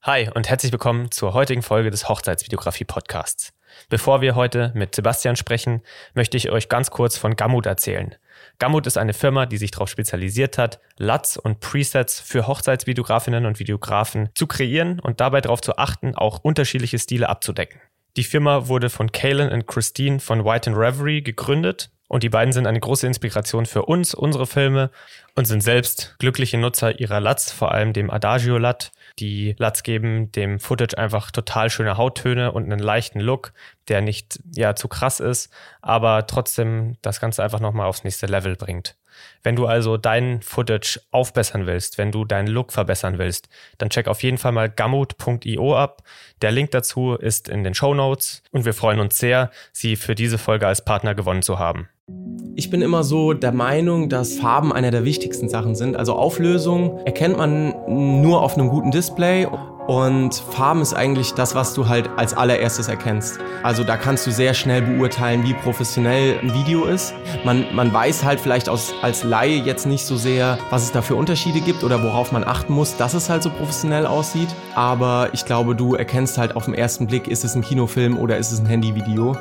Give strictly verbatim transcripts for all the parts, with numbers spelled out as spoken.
Hi und herzlich willkommen zur heutigen Folge des Hochzeitsvideografie-Podcasts. Bevor wir heute mit Sebastian sprechen, möchte ich euch ganz kurz von Gamut erzählen. Gamut ist eine Firma, die sich darauf spezialisiert hat, L U Ts und Presets für Hochzeitsvideografinnen und Videografen zu kreieren und dabei darauf zu achten, auch unterschiedliche Stile abzudecken. Die Firma wurde von Kaylin und Christine von White and Reverie gegründet und die beiden sind eine große Inspiration für uns, unsere Filme und sind selbst glückliche Nutzer ihrer L U Ts, vor allem dem Adagio L U T. Die L U Ts geben dem Footage einfach total schöne Hauttöne und einen leichten Look, der nicht ja zu krass ist, aber trotzdem das Ganze einfach nochmal aufs nächste Level bringt. Wenn du also dein Footage aufbessern willst, wenn du deinen Look verbessern willst, dann check auf jeden Fall mal gamut punkt io ab. Der Link dazu ist in den Shownotes und wir freuen uns sehr, sie für diese Folge als Partner gewonnen zu haben. Ich bin immer so der Meinung, dass Farben einer der wichtigsten Sachen sind. Also Auflösung erkennt man nur auf einem guten Display und Farben ist eigentlich das, was du halt als allererstes erkennst. Also da kannst du sehr schnell beurteilen, wie professionell ein Video ist. Man, man weiß halt vielleicht aus, als Laie jetzt nicht so sehr, was es da für Unterschiede gibt oder worauf man achten muss, dass es halt so professionell aussieht. Aber ich glaube, du erkennst halt auf den ersten Blick, ist es ein Kinofilm oder ist es ein Handyvideo.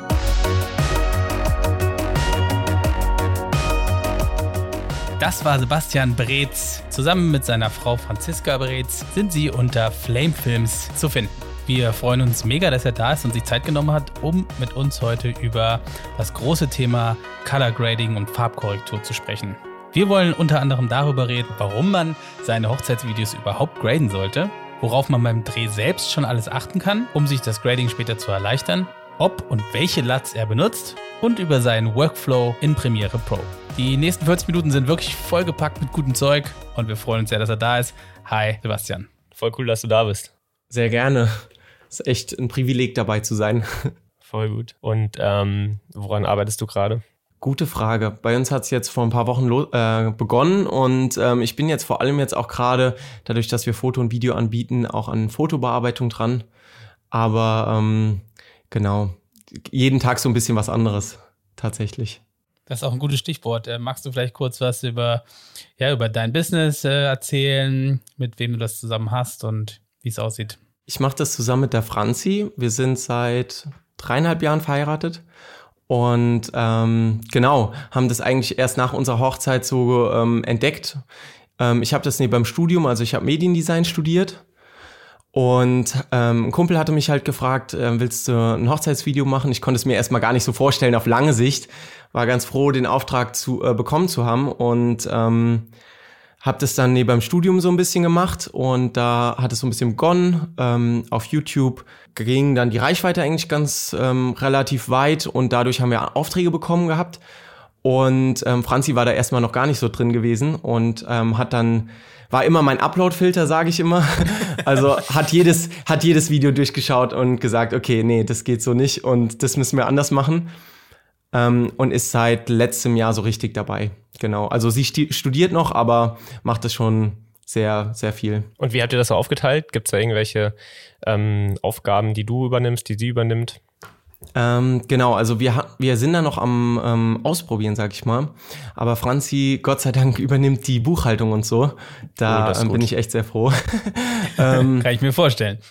Das war Sebastian Breetz. Zusammen mit seiner Frau Franziska Breetz sind sie unter Flame Films zu finden. Wir freuen uns mega, dass er da ist und sich Zeit genommen hat, um mit uns heute über das große Thema Color Grading und Farbkorrektur zu sprechen. Wir wollen unter anderem darüber reden, warum man seine Hochzeitsvideos überhaupt graden sollte, worauf man beim Dreh selbst schon alles achten kann, um sich das Grading später zu erleichtern, ob und welche L U Ts er benutzt und über seinen Workflow in Premiere Pro. Die nächsten vierzig Minuten sind wirklich vollgepackt mit gutem Zeug und wir freuen uns sehr, dass er da ist. Hi, Sebastian. Voll cool, dass du da bist. Sehr gerne. Ist echt ein Privileg, dabei zu sein. Voll gut. Und ähm, woran arbeitest du gerade? Gute Frage. Bei uns hat es jetzt vor ein paar Wochen lo- äh, begonnen und ähm, ich bin jetzt vor allem jetzt auch gerade, dadurch, dass wir Foto und Video anbieten, auch an Fotobearbeitung dran. Aber ähm, genau, jeden Tag so ein bisschen was anderes tatsächlich. Das ist auch ein gutes Stichwort. Äh, magst du vielleicht kurz was über, ja, über dein Business äh, erzählen, mit wem du das zusammen hast und wie es aussieht? Ich mache das zusammen mit der Franzi. Wir sind seit dreieinhalb Jahren verheiratet und ähm, genau, haben das eigentlich erst nach unserer Hochzeit so ähm, entdeckt. Ähm, ich habe das neben beim Studium, also ich habe Mediendesign studiert. Und ähm, ein Kumpel hatte mich halt gefragt, äh, willst du ein Hochzeitsvideo machen? Ich konnte es mir erstmal gar nicht so vorstellen auf lange Sicht. War ganz froh, den Auftrag zu äh, bekommen zu haben und ähm, habe das dann neben beim Studium so ein bisschen gemacht und da hat es so ein bisschen begonnen. Ähm, auf YouTube ging dann die Reichweite eigentlich ganz ähm, relativ weit und dadurch haben wir Aufträge bekommen gehabt. Und ähm, Franzi war da erstmal noch gar nicht so drin gewesen und ähm, hat dann war immer mein Upload-Filter, sage ich immer. Also hat jedes hat jedes Video durchgeschaut und gesagt, okay, nee, das geht so nicht und das müssen wir anders machen. Ähm, und ist seit letztem Jahr so richtig dabei. Genau. Also sie sti- studiert noch, aber macht das schon sehr, sehr viel. Und wie habt ihr das so aufgeteilt? Gibt es da irgendwelche ähm, Aufgaben, die du übernimmst, die sie übernimmt? Ähm, genau, also wir, wir sind da noch am ähm, Ausprobieren, sag ich mal. Aber Franzi, Gott sei Dank, übernimmt die Buchhaltung und so. Da oh, ähm, bin ich echt sehr froh. ähm, Kann ich mir vorstellen.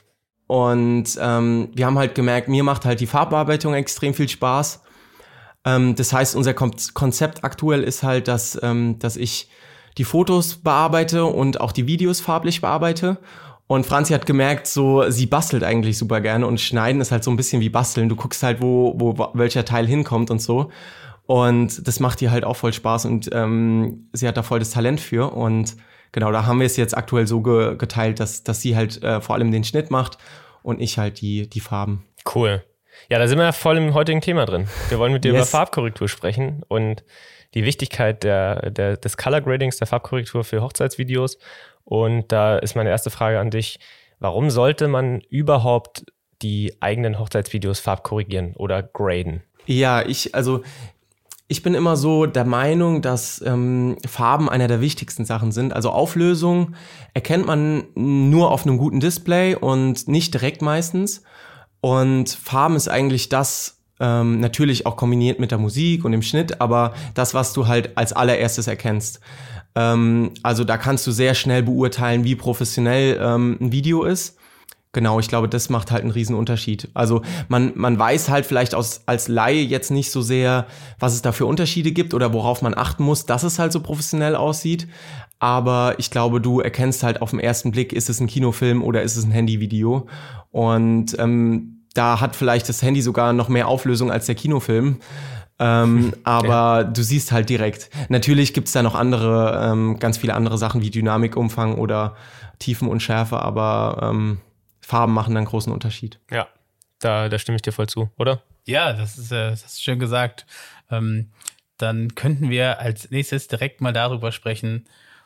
Und ähm, wir haben halt gemerkt, mir macht halt die Farbbearbeitung extrem viel Spaß. Ähm, das heißt, unser Konzept aktuell ist halt, dass, ähm, dass ich die Fotos bearbeite und auch die Videos farblich bearbeite. Und Franzi hat gemerkt, so sie bastelt eigentlich super gerne und Schneiden ist halt so ein bisschen wie Basteln. Du guckst halt, wo, wo welcher Teil hinkommt und so. Und das macht ihr halt auch voll Spaß und ähm, sie hat da voll das Talent für. Und genau, da haben wir es jetzt aktuell so ge- geteilt, dass, dass sie halt äh, vor allem den Schnitt macht und ich halt die, die Farben. Cool. Ja, da sind wir ja voll im heutigen Thema drin. Wir wollen mit dir yes. über Farbkorrektur sprechen und die Wichtigkeit der, der, des Color Gradings, der Farbkorrektur für Hochzeitsvideos. Und da ist meine erste Frage an dich. Warum sollte man überhaupt die eigenen Hochzeitsvideos farbkorrigieren oder graden? Ja, ich, also ich bin immer so der Meinung, dass ähm, Farben einer der wichtigsten Sachen sind. Also Auflösung erkennt man nur auf einem guten Display und nicht direkt meistens. Und Farben ist eigentlich das, ähm, natürlich auch kombiniert mit der Musik und dem Schnitt, aber das, was du halt als allererstes erkennst. Ähm, also da kannst du sehr schnell beurteilen, wie professionell ähm, ein Video ist. Genau, ich glaube, das macht halt einen riesen Unterschied. Also man, man weiß halt vielleicht aus, als Laie jetzt nicht so sehr, was es da für Unterschiede gibt oder worauf man achten muss, dass es halt so professionell aussieht. Aber ich glaube, du erkennst halt auf den ersten Blick, ist es ein Kinofilm oder ist es ein Handyvideo. Und ähm, da hat vielleicht das Handy sogar noch mehr Auflösung als der Kinofilm. Ähm, aber ja. Du siehst halt direkt. Natürlich gibt's da noch andere, ähm, ganz viele andere Sachen wie Dynamikumfang oder Tiefenunschärfe, aber ähm, Farben machen dann einen großen Unterschied. Ja, da, da stimme ich dir voll zu, oder? Ja, das ist, äh, das ist schön gesagt. Ähm, dann könnten wir als nächstes direkt mal darüber sprechen,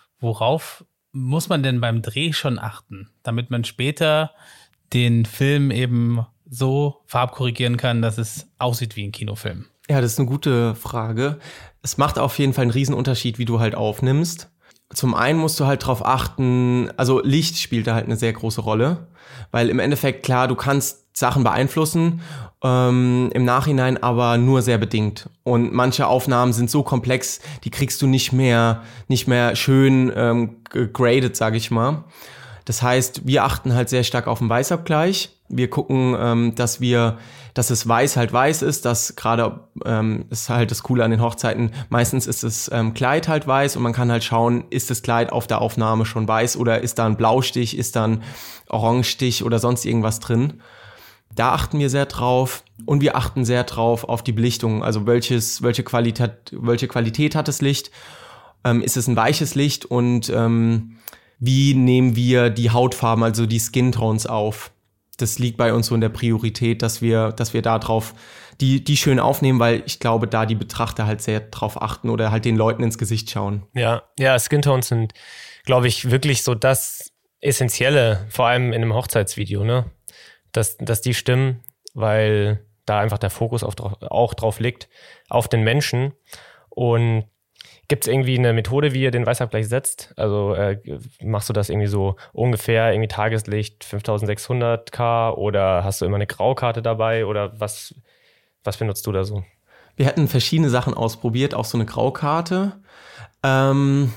worauf muss man denn beim Dreh schon achten, damit man später den Film eben so farbkorrigieren kann, dass es aussieht wie ein Kinofilm. Ja, das ist eine gute Frage. Es macht auf jeden Fall einen riesen Unterschied, wie du halt aufnimmst. Zum einen musst du halt drauf achten, also Licht spielt da halt eine sehr große Rolle, weil im Endeffekt, klar, du kannst Sachen beeinflussen ähm, im Nachhinein, aber nur sehr bedingt. Und manche Aufnahmen sind so komplex, die kriegst du nicht mehr, nicht mehr schön ähm, graded, sage ich mal. Das heißt, wir achten halt sehr stark auf den Weißabgleich. Wir gucken, ähm, dass wir, dass es weiß halt weiß ist, dass gerade, ähm, ist halt das Coole an den Hochzeiten, meistens ist das ähm, Kleid halt weiß und man kann halt schauen, ist das Kleid auf der Aufnahme schon weiß oder ist da ein Blaustich, ist da ein Orangestich oder sonst irgendwas drin. Da achten wir sehr drauf und wir achten sehr drauf auf die Belichtung, also welches, welche Qualität, welche Qualität hat das Licht, ähm, ist es ein weiches Licht und ähm, wie nehmen wir die Hautfarben, also die Skin Tones auf. Das liegt bei uns so in der Priorität, dass wir, dass wir da drauf die, die schön aufnehmen, weil ich glaube, da die Betrachter halt sehr drauf achten oder halt den Leuten ins Gesicht schauen. Ja, ja, Skin Tones sind, glaube ich, wirklich so das Essentielle, vor allem in einem Hochzeitsvideo, ne? Dass, dass die stimmen, weil da einfach der Fokus auf, auch drauf liegt, auf den Menschen. Und gibt es irgendwie eine Methode, wie ihr den Weißabgleich setzt? Also äh, machst du das irgendwie so ungefähr, irgendwie Tageslicht fünftausendsechshundert K oder hast du immer eine Graukarte dabei oder was, was benutzt du da so? Wir hatten verschiedene Sachen ausprobiert, auch so eine Graukarte. Ähm,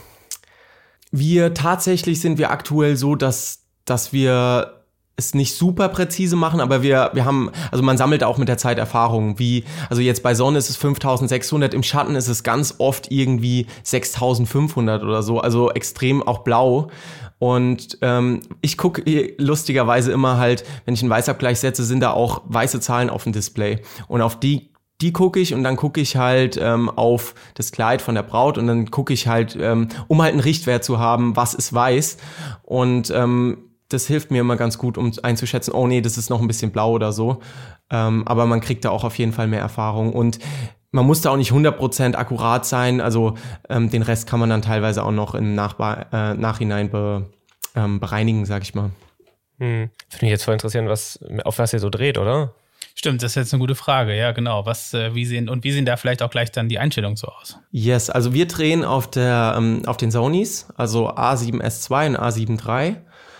wir tatsächlich sind wir aktuell so, dass, dass wir es nicht super präzise machen, aber wir wir haben, also man sammelt auch mit der Zeit Erfahrungen, wie, also jetzt bei Sonne ist es fünftausendsechshundert, im Schatten ist es ganz oft irgendwie sechstausendfünfhundert oder so, also extrem auch blau. Und ähm, ich gucke lustigerweise immer halt, wenn ich einen Weißabgleich setze, sind da auch weiße Zahlen auf dem Display. Und auf die Die gucke ich und dann gucke ich halt ähm, auf das Kleid von der Braut und dann gucke ich halt, ähm, um halt einen Richtwert zu haben, was ist weiß. Und ähm, das hilft mir immer ganz gut, um einzuschätzen, oh nee, das ist noch ein bisschen blau oder so. Ähm, aber man kriegt da auch auf jeden Fall mehr Erfahrung. Und man muss da auch nicht hundert Prozent akkurat sein. Also ähm, den Rest kann man dann teilweise auch noch im Nachba- äh, Nachhinein be- ähm, bereinigen, sag ich mal. Hm. Finde mich jetzt voll interessieren, was, auf was ihr so dreht, oder? Stimmt, das ist jetzt eine gute Frage. Ja, genau. Was, äh, wie sehen, und wie sehen da vielleicht auch gleich dann die Einstellungen so aus? Yes, also wir drehen auf, der, ähm, auf den Sonys, also A sieben S zwei und A sieben drei.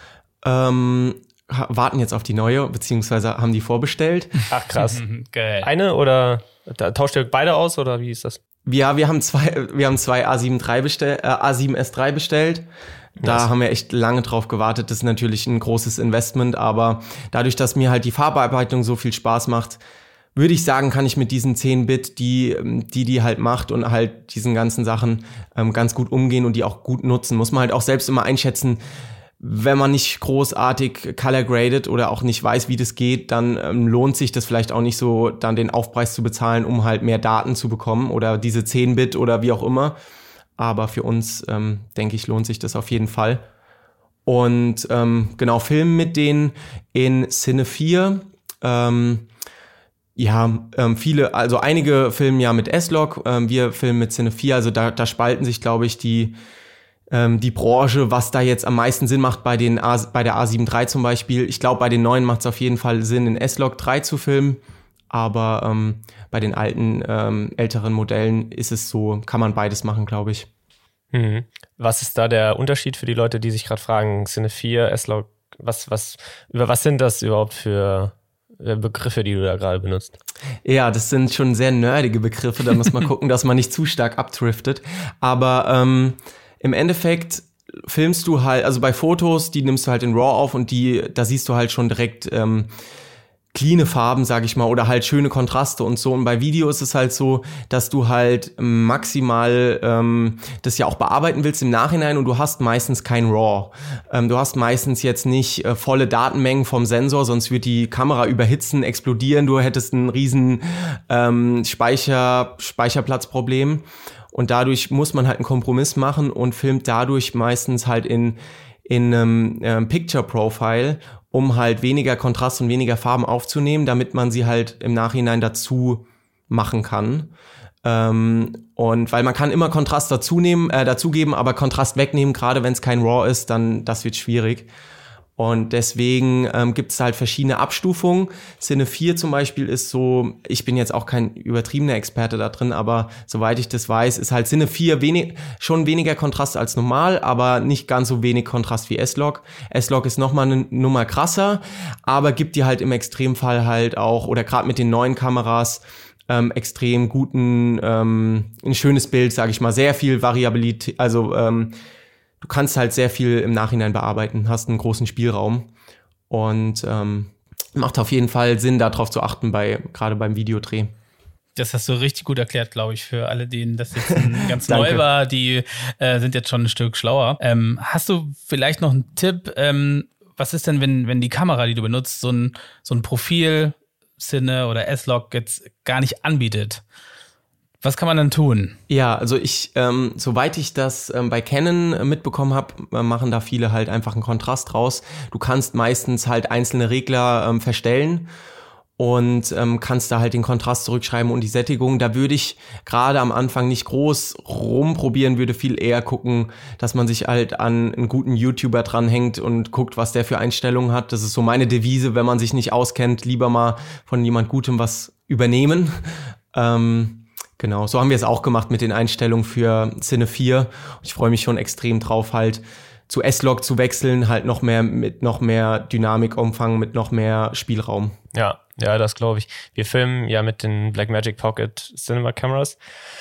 Ähm, warten jetzt auf die neue, beziehungsweise haben die vorbestellt. Ach, krass. Geil. Eine oder da tauscht ihr beide aus oder wie ist das? Ja, wir haben zwei, wir haben zwei A sieben drei bestell, äh, A sieben S drei bestellt. Da yes. haben wir echt lange drauf gewartet. Das ist natürlich ein großes Investment, aber dadurch, dass mir halt die Farbbearbeitung so viel Spaß macht, würde ich sagen, kann ich mit diesen zehn Bit, die die die halt macht und halt diesen ganzen Sachen ähm, ganz gut umgehen und die auch gut nutzen. Muss man halt auch selbst immer einschätzen, wenn man nicht großartig color graded oder auch nicht weiß, wie das geht, dann ähm, lohnt sich das vielleicht auch nicht so, dann den Aufpreis zu bezahlen, um halt mehr Daten zu bekommen oder diese zehn Bit oder wie auch immer. Aber für uns, ähm, denke ich, lohnt sich das auf jeden Fall. Und ähm, genau, filmen mit denen in Cine vier. Ähm, ja, ähm, viele, also einige filmen ja mit S-Log, ähm, wir filmen mit Cine vier. Also da, da spalten sich, glaube ich, die ähm, die Branche, was da jetzt am meisten Sinn macht bei den A, bei der A sieben drei zum Beispiel. Ich glaube, bei den neuen macht es auf jeden Fall Sinn, in S-Log drei zu filmen. Aber ähm, bei den alten, ähm, älteren Modellen ist es so, kann man beides machen, glaube ich. Mhm. Was ist da der Unterschied für die Leute, die sich gerade fragen, Cine vier, S-Log, was, was, über was sind das überhaupt für Begriffe, die du da gerade benutzt? Ja, das sind schon sehr nerdige Begriffe, da muss man gucken, dass man nicht zu stark abdriftet. Aber ähm, im Endeffekt filmst du halt, also bei Fotos, die nimmst du halt in RAW auf und die, da siehst du halt schon direkt ähm, cleane Farben, sag ich mal, oder halt schöne Kontraste und so. Und bei Video ist es halt so, dass du halt maximal ähm, das ja auch bearbeiten willst im Nachhinein und du hast meistens kein RAW. Ähm, du hast meistens jetzt nicht äh, volle Datenmengen vom Sensor, sonst wird die Kamera überhitzen, explodieren. Du hättest ein riesen ähm, Speicher, Speicherplatzproblem. Und dadurch muss man halt einen Kompromiss machen und filmt dadurch meistens halt in in einem ähm, Picture Profile, um halt weniger Kontrast und weniger Farben aufzunehmen, damit man sie halt im Nachhinein dazu machen kann. Ähm, und weil man kann immer Kontrast dazu nehmen, äh, dazugeben, aber Kontrast wegnehmen, gerade wenn es kein RAW ist, dann das wird schwierig. Und deswegen ähm, gibt es halt verschiedene Abstufungen. Cine vier zum Beispiel ist so, ich bin jetzt auch kein übertriebener Experte da drin, aber soweit ich das weiß, ist halt Cine vier wenig, schon weniger Kontrast als normal, aber nicht ganz so wenig Kontrast wie S-Log. S-Log ist nochmal eine Nummer krasser, aber gibt dir halt im Extremfall halt auch, oder gerade mit den neuen Kameras, ähm, extrem guten, ähm, ein schönes Bild, sage ich mal, sehr viel Variabilität, also ähm, du kannst halt sehr viel im Nachhinein bearbeiten, hast einen großen Spielraum und ähm, macht auf jeden Fall Sinn, darauf zu achten, bei gerade beim Videodreh. Das hast du richtig gut erklärt, glaube ich, für alle, denen das jetzt ganz neu war. Die äh, sind jetzt schon ein Stück schlauer. Ähm, hast du vielleicht noch einen Tipp? Ähm, was ist denn, wenn, wenn die Kamera, die du benutzt, so ein, so ein Profil, Cine oder S-Log jetzt gar nicht anbietet? Was kann man dann tun? Ja, also ich, ähm, soweit ich das ähm, bei Canon äh, mitbekommen habe, äh, machen da viele halt einfach einen Kontrast raus. Du kannst meistens halt einzelne Regler ähm, verstellen und ähm, kannst da halt den Kontrast zurückschreiben und die Sättigung. Da würde ich gerade am Anfang nicht groß rumprobieren, würde viel eher gucken, dass man sich halt an einen guten YouTuber dranhängt und guckt, was der für Einstellungen hat. Das ist so meine Devise, wenn man sich nicht auskennt, lieber mal von jemand Gutem was übernehmen. Ähm, Genau, so haben wir es auch gemacht mit den Einstellungen für Cine vier. Ich freue mich schon extrem drauf, halt zu S-Log zu wechseln, halt noch mehr mit noch mehr Dynamikumfang, mit noch mehr Spielraum. Ja, ja, das glaube ich. Wir filmen ja mit den Blackmagic Pocket Cinema Cameras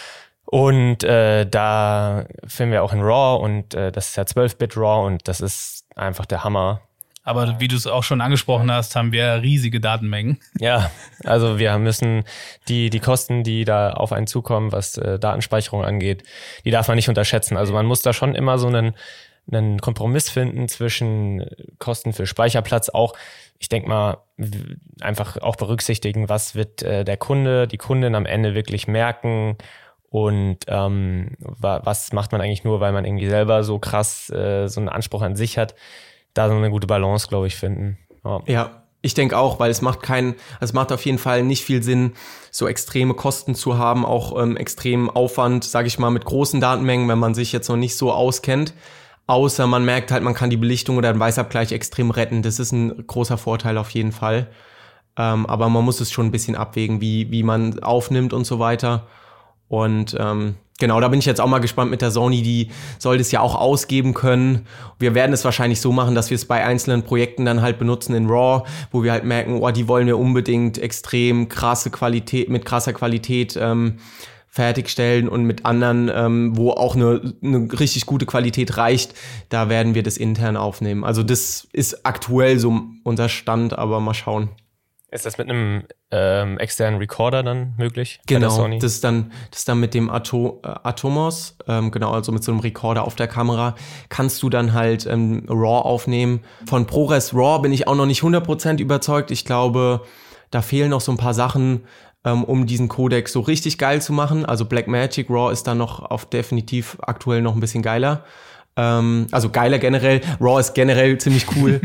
und äh, da filmen wir auch in RAW und äh, das ist ja zwölf Bit RAW und das ist einfach der Hammer. Aber wie du es auch schon angesprochen hast, haben wir riesige Datenmengen. Ja, also wir müssen die die Kosten, die da auf einen zukommen, was äh, Datenspeicherung angeht, die darf man nicht unterschätzen. Also man muss da schon immer so einen, einen Kompromiss finden zwischen Kosten für Speicherplatz auch. Ich denke mal, einfach auch berücksichtigen, was wird äh, der Kunde, die Kundin am Ende wirklich merken und ähm, wa- was macht man eigentlich nur, weil man irgendwie selber so krass äh, so einen Anspruch an sich hat. Da so eine gute Balance, glaube ich, finden. Ja. Ja, ich denke auch, weil es macht keinen, es macht auf jeden Fall nicht viel Sinn, so extreme Kosten zu haben, auch ähm, extremen Aufwand, sage ich mal, mit großen Datenmengen, wenn man sich jetzt noch nicht so auskennt. Außer man merkt halt, man kann die Belichtung oder den Weißabgleich extrem retten. Das ist ein großer Vorteil auf jeden Fall. Ähm, aber man muss es schon ein bisschen abwägen, wie wie man aufnimmt und so weiter. Und ähm, genau, da bin ich jetzt auch mal gespannt mit der Sony, die soll das ja auch ausgeben können. Wir werden es wahrscheinlich so machen, dass wir es bei einzelnen Projekten dann halt benutzen in RAW, wo wir halt merken, oh, die wollen wir unbedingt extrem krasse Qualität, mit krasser Qualität ähm, fertigstellen und mit anderen, ähm, wo auch eine, eine richtig gute Qualität reicht, da werden wir das intern aufnehmen. Also das ist aktuell so unser Stand, aber mal schauen. Ist das mit einem ähm, externen Recorder dann möglich? Genau, bei der Sony? das ist dann, das ist dann mit dem Ato, äh, Atomos, ähm, genau, also mit so einem Recorder auf der Kamera, kannst du dann halt ähm, RAW aufnehmen. Von ProRes RAW bin ich auch noch nicht hundert Prozent überzeugt. Ich glaube, da fehlen noch so ein paar Sachen, ähm, um diesen Codec so richtig geil zu machen. Also Blackmagic RAW ist da noch auf definitiv aktuell noch ein bisschen geiler. Ähm, also geiler generell. RAW ist generell ziemlich cool.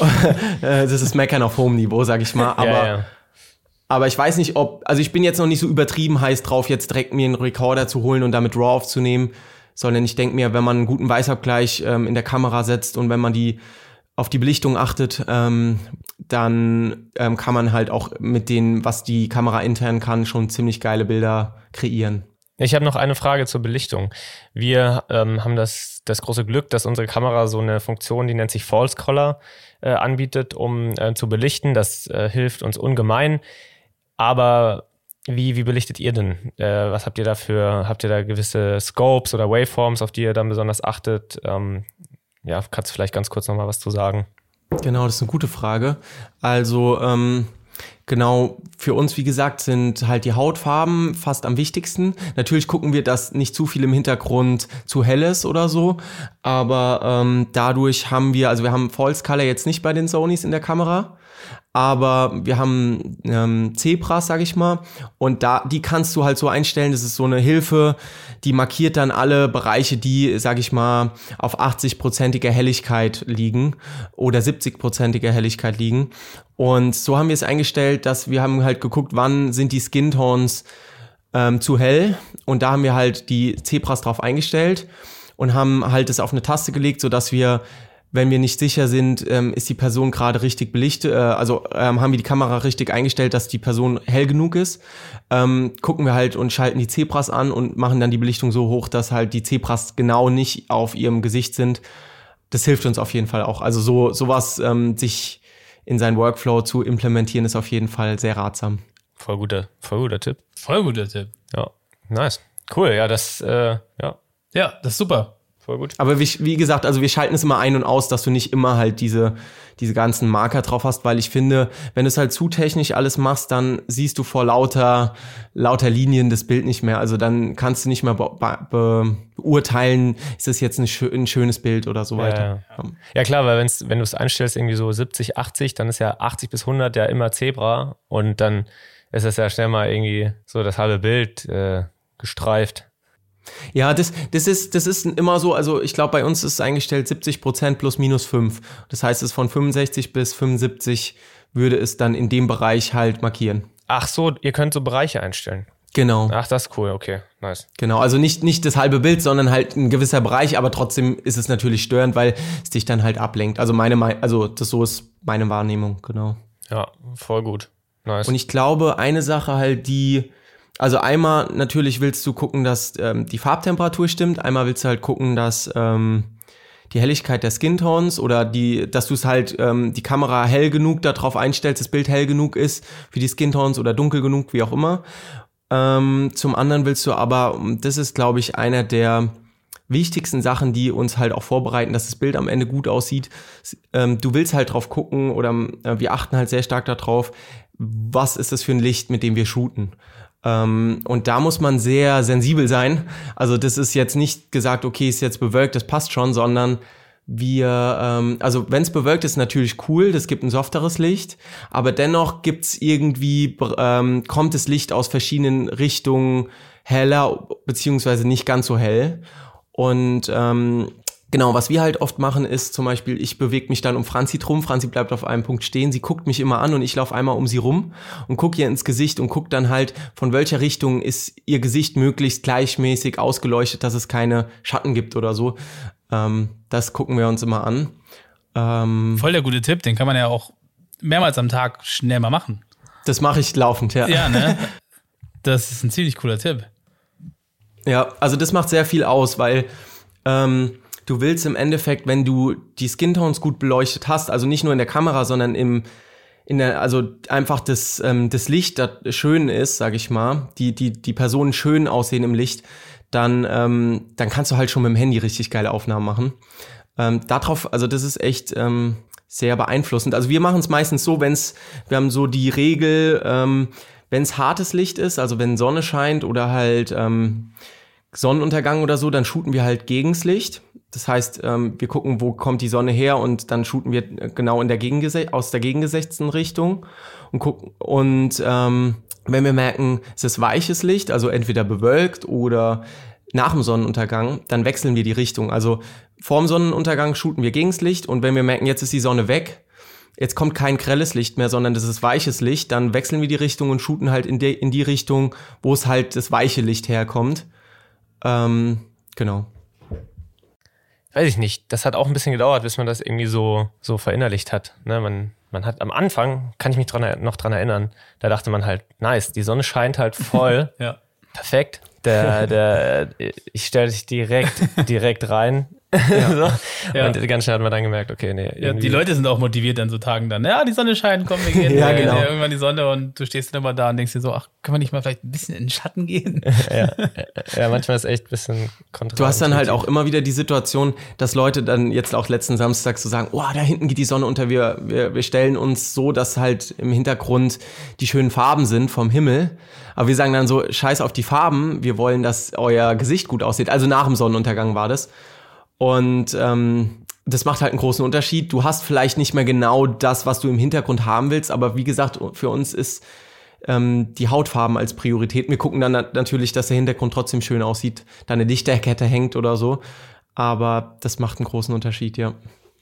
Das ist Meckern auf hohem Niveau, sag ich mal. Aber, ja, ja. aber ich weiß nicht, ob, also ich bin jetzt noch nicht so übertrieben heiß drauf, jetzt direkt mir einen Recorder zu holen und damit RAW aufzunehmen, sondern ich denke mir, wenn man einen guten Weißabgleich ähm, in der Kamera setzt und wenn man die auf die Belichtung achtet, ähm, dann ähm, kann man halt auch mit den, was die Kamera intern kann, schon ziemlich geile Bilder kreieren. Ich habe noch eine Frage zur Belichtung. Wir ähm, haben das, das große Glück, dass unsere Kamera so eine Funktion, die nennt sich False Color, äh, anbietet, um äh, zu belichten. Das äh, hilft uns ungemein. Aber wie, wie belichtet ihr denn? Äh, was habt ihr dafür? Habt ihr da gewisse Scopes oder Waveforms, auf die ihr dann besonders achtet? Ähm, ja, kannst du vielleicht ganz kurz nochmal was zu sagen? Genau, das ist eine gute Frage. Also ähm, genau, für uns, wie gesagt, sind halt die Hautfarben fast am wichtigsten. Natürlich gucken wir, dass nicht zu viel im Hintergrund zu hell ist oder so, aber ähm, dadurch haben wir, also wir haben False Color jetzt nicht bei den Sonys in der Kamera, aber wir haben ähm, Zebras, sag ich mal, und da die kannst du halt so einstellen, das ist so eine Hilfe, die markiert dann alle Bereiche, die, sag ich mal, auf achtzig-prozentiger Helligkeit liegen oder siebzig-prozentiger Helligkeit liegen. Und so haben wir es eingestellt, dass wir haben halt geguckt, wann sind die Skin Tones ähm, zu hell, und da haben wir halt die Zebras drauf eingestellt und haben halt es auf eine Taste gelegt, sodass wir, wenn wir nicht sicher sind, ähm, ist die Person gerade richtig belichtet, äh, also ähm, haben wir die Kamera richtig eingestellt, dass die Person hell genug ist, ähm, gucken wir halt und schalten die Zebras an und machen dann die Belichtung so hoch, dass halt die Zebras genau nicht auf ihrem Gesicht sind. Das hilft uns auf jeden Fall auch. Also so sowas ähm, sich in seinen Workflow zu implementieren, ist auf jeden Fall sehr ratsam. Voll guter, voll guter Tipp. Voll guter Tipp. Ja, nice. Cool, ja, das, äh, ja. Ja, das ist super. Voll gut. Aber wie, wie gesagt, also wir schalten es immer ein und aus, dass du nicht immer halt diese, diese ganzen Marker drauf hast, weil ich finde, wenn du es halt zu technisch alles machst, dann siehst du vor lauter, lauter Linien das Bild nicht mehr. Also dann kannst du nicht mehr be- be- beurteilen, ist das jetzt ein, schö- ein schönes Bild oder so weiter. Ja, ja. ja klar, weil wenn's, wenn du es einstellst irgendwie so siebzig, achtzig, dann ist ja achtzig bis hundert ja immer Zebra, und dann ist es ja schnell mal irgendwie so das halbe Bild äh, gestreift. Ja, das, das ist, das ist immer so, also ich glaube, bei uns ist es eingestellt siebzig Prozent plus minus fünf. Das heißt, es von fünfundsechzig bis fünfundsiebzig würde es dann in dem Bereich halt markieren. Ach so, ihr könnt so Bereiche einstellen. Genau. Ach, das ist cool, okay, nice. Genau, also nicht, nicht das halbe Bild, sondern halt ein gewisser Bereich, aber trotzdem ist es natürlich störend, weil es dich dann halt ablenkt. Also meine, also das so ist meine Wahrnehmung, genau. Ja, voll gut, nice. Und ich glaube, eine Sache halt, die, also einmal natürlich willst du gucken, dass ähm, die Farbtemperatur stimmt, einmal willst du halt gucken, dass ähm, die Helligkeit der Skintones oder die, dass du es halt ähm, die Kamera hell genug darauf einstellst, das Bild hell genug ist für die Skintones oder dunkel genug, wie auch immer. Ähm, zum anderen willst du aber, das ist glaube ich einer der wichtigsten Sachen, die uns halt auch vorbereiten, dass das Bild am Ende gut aussieht. Ähm, du willst halt drauf gucken oder äh, wir achten halt sehr stark darauf, was ist das für ein Licht, mit dem wir shooten. Ähm, und da muss man sehr sensibel sein. Also das ist jetzt nicht gesagt, okay, ist jetzt bewölkt, das passt schon, sondern wir, ähm, also wenn es bewölkt ist, natürlich cool, das gibt ein softeres Licht, aber dennoch gibt's irgendwie, ähm, kommt das Licht aus verschiedenen Richtungen heller, beziehungsweise nicht ganz so hell. Und ähm, genau, was wir halt oft machen ist zum Beispiel, ich bewege mich dann um Franzi drum, Franzi bleibt auf einem Punkt stehen, sie guckt mich immer an und ich laufe einmal um sie rum und gucke ihr ins Gesicht und gucke dann halt, von welcher Richtung ist ihr Gesicht möglichst gleichmäßig ausgeleuchtet, dass es keine Schatten gibt oder so. Ähm, das gucken wir uns immer an. Ähm, Voll der gute Tipp, den kann man ja auch mehrmals am Tag schnell mal machen. Das mache ich laufend, ja. Ja, ne? Das ist ein ziemlich cooler Tipp. Ja, also das macht sehr viel aus, weil ähm, du willst im Endeffekt, wenn du die Skintones gut beleuchtet hast, also nicht nur in der Kamera, sondern im in der, also einfach das ähm, das Licht, das schön ist, sag ich mal, die die die Personen schön aussehen im Licht, dann ähm, dann kannst du halt schon mit dem Handy richtig geile Aufnahmen machen. Ähm, darauf, also das ist echt ähm, sehr beeinflussend. Also wir machen es meistens so, wenn es, wir haben so die Regel, ähm, wenn es hartes Licht ist, also wenn Sonne scheint oder halt ähm, Sonnenuntergang oder so, dann shooten wir halt gegens Licht. Das heißt, ähm, wir gucken, wo kommt die Sonne her und dann shooten wir genau in der Gegengese- aus der gegengesetzten Richtung und gucken. Und ähm, wenn wir merken, es ist weiches Licht, also entweder bewölkt oder nach dem Sonnenuntergang, dann wechseln wir die Richtung. Also vorm Sonnenuntergang shooten wir gegens Licht und wenn wir merken, jetzt ist die Sonne weg, jetzt kommt kein grelles Licht mehr, sondern das ist weiches Licht, dann wechseln wir die Richtung und shooten halt in, de- in die Richtung, wo es halt das weiche Licht herkommt. Ähm, genau. Weiß ich nicht, das hat auch ein bisschen gedauert, bis man das irgendwie so, so verinnerlicht hat. Ne, man, man hat am Anfang, kann ich mich dran, noch dran erinnern, da dachte man halt, nice, die Sonne scheint halt voll, ja. Perfekt. Der, der, ich stelle dich direkt, direkt rein Ja. so. Ja. Und ganz schnell hat man dann gemerkt, okay, nee. Ja, die Leute sind auch motiviert an so Tagen dann. Ja, die Sonne scheint, komm, wir gehen. Ja, äh, genau. Irgendwann die Sonne und du stehst dann immer da und denkst dir so, ach, können wir nicht mal vielleicht ein bisschen in den Schatten gehen? ja. ja, manchmal ist echt ein bisschen kontra. Du hast dann halt auch immer wieder die Situation, dass Leute dann jetzt auch letzten Samstag so sagen, oh, da hinten geht die Sonne unter, wir, wir, wir stellen uns so, dass halt im Hintergrund die schönen Farben sind vom Himmel. Aber wir sagen dann so, scheiß auf die Farben, wir wollen, dass euer Gesicht gut aussieht. Also nach dem Sonnenuntergang war das. Und ähm, das macht halt einen großen Unterschied. Du hast vielleicht nicht mehr genau das, was du im Hintergrund haben willst, aber wie gesagt, für uns ist ähm, die Hautfarben als Priorität. Wir gucken dann na- natürlich, dass der Hintergrund trotzdem schön aussieht, da eine Lichterkette hängt oder so. Aber das macht einen großen Unterschied, ja.